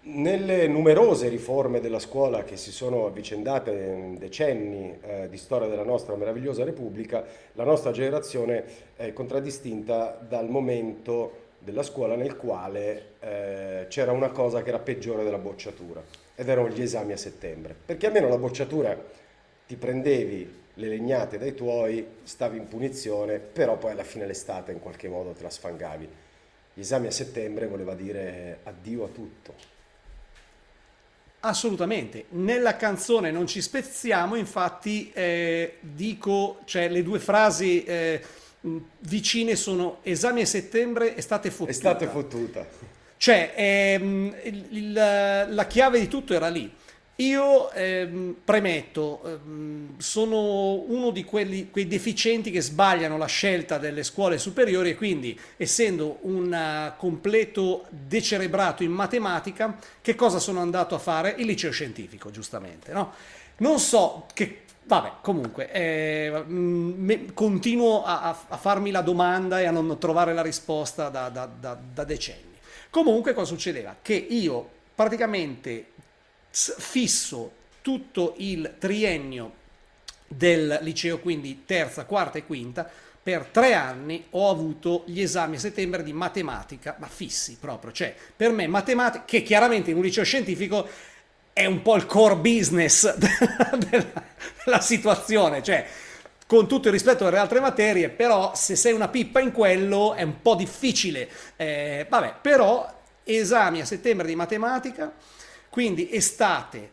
Nelle numerose riforme della scuola che si sono avvicendate in decenni di storia della nostra meravigliosa Repubblica, la nostra generazione è contraddistinta dal momento della scuola nel quale c'era una cosa che era peggiore della bocciatura, ed erano gli esami a settembre. Perché almeno la bocciatura ti prendevi le legnate dai tuoi, stavi in punizione, però poi alla fine l'estate in qualche modo te la sfangavi. Gli esami a settembre voleva dire addio a tutto. Assolutamente, nella canzone non ci spezziamo, infatti dico, cioè le due frasi vicine sono esami a settembre, estate Estate fottuta. fottuta. Cioè, la chiave di tutto era lì. Io premetto, sono uno di quei deficienti che sbagliano la scelta delle scuole superiori e quindi, essendo un completo decerebrato in matematica, che cosa sono andato a fare? Il liceo scientifico, giustamente, no? Non so che. Vabbè, comunque, continuo a farmi la domanda e a non trovare la risposta da decenni. Comunque, cosa succedeva? Che io praticamente fisso tutto il triennio del liceo, quindi terza, quarta e quinta, per 3 anni ho avuto gli esami a settembre di matematica, ma fissi proprio, cioè per me matematica, che chiaramente in un liceo scientifico è un po' il core business della situazione, cioè con tutto il rispetto per le altre materie, però se sei una pippa in quello è un po' difficile. Vabbè, però esami a settembre di matematica, quindi estate,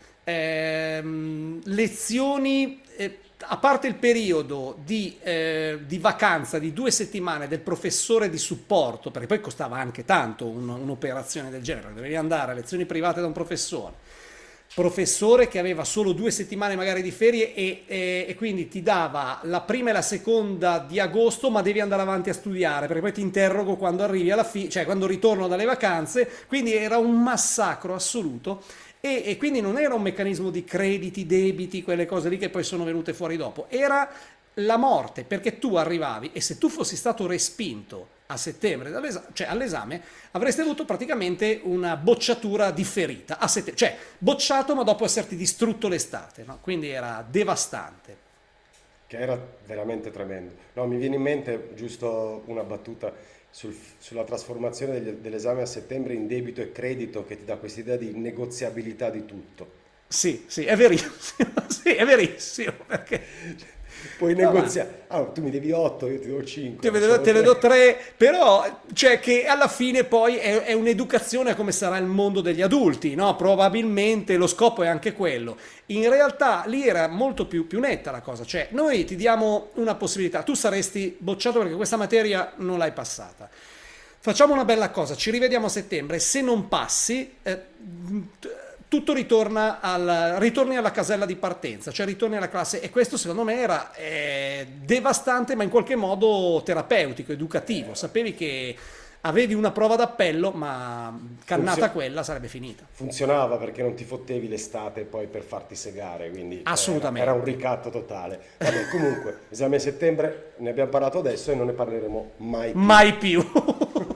lezioni, a parte il periodo di vacanza di 2 settimane del professore di supporto, perché poi costava anche tanto un'operazione del genere, dovevi andare a lezioni private da un professore che aveva solo 2 settimane magari di ferie e quindi ti dava la prima e la seconda di agosto, ma devi andare avanti a studiare perché poi ti interrogo quando arrivi alla fine, cioè quando ritorno dalle vacanze, quindi era un massacro assoluto. E quindi non era un meccanismo di crediti, debiti, quelle cose lì che poi sono venute fuori dopo, era la morte, perché tu arrivavi e se tu fossi stato respinto a settembre cioè all'esame, avresti avuto praticamente una bocciatura differita a settembre, cioè bocciato ma dopo esserti distrutto l'estate, no? Quindi era devastante. Che era veramente tremendo. No, mi viene in mente giusto una battuta sulla trasformazione dell'esame a settembre in debito e credito che ti dà questa idea di negoziabilità di tutto. Sì, sì, è verissimo, sì, è verissimo, perché. Puoi No, ma negoziare. Ah, tu mi devi 8, io ti do 5, te ma ne do, sono te ne do 3. 3, però cioè che alla fine poi è un'educazione a come sarà il mondo degli adulti, no? Probabilmente lo scopo è anche quello. In realtà lì era molto più netta la cosa, cioè noi ti diamo una possibilità, tu saresti bocciato perché questa materia non l'hai passata. Facciamo una bella cosa, ci rivediamo a settembre, se non passi, tutto ritorni alla casella di partenza, cioè ritorni alla classe e questo secondo me era devastante ma in qualche modo terapeutico, educativo, sapevi che avevi una prova d'appello ma cannata Funzio- quella sarebbe finita. Funzionava perché non ti fottevi l'estate poi per farti segare, quindi era un Assolutamente. ricatto totale. Vabbè, comunque, esame a settembre, ne abbiamo parlato adesso e non ne parleremo mai più. Mai più.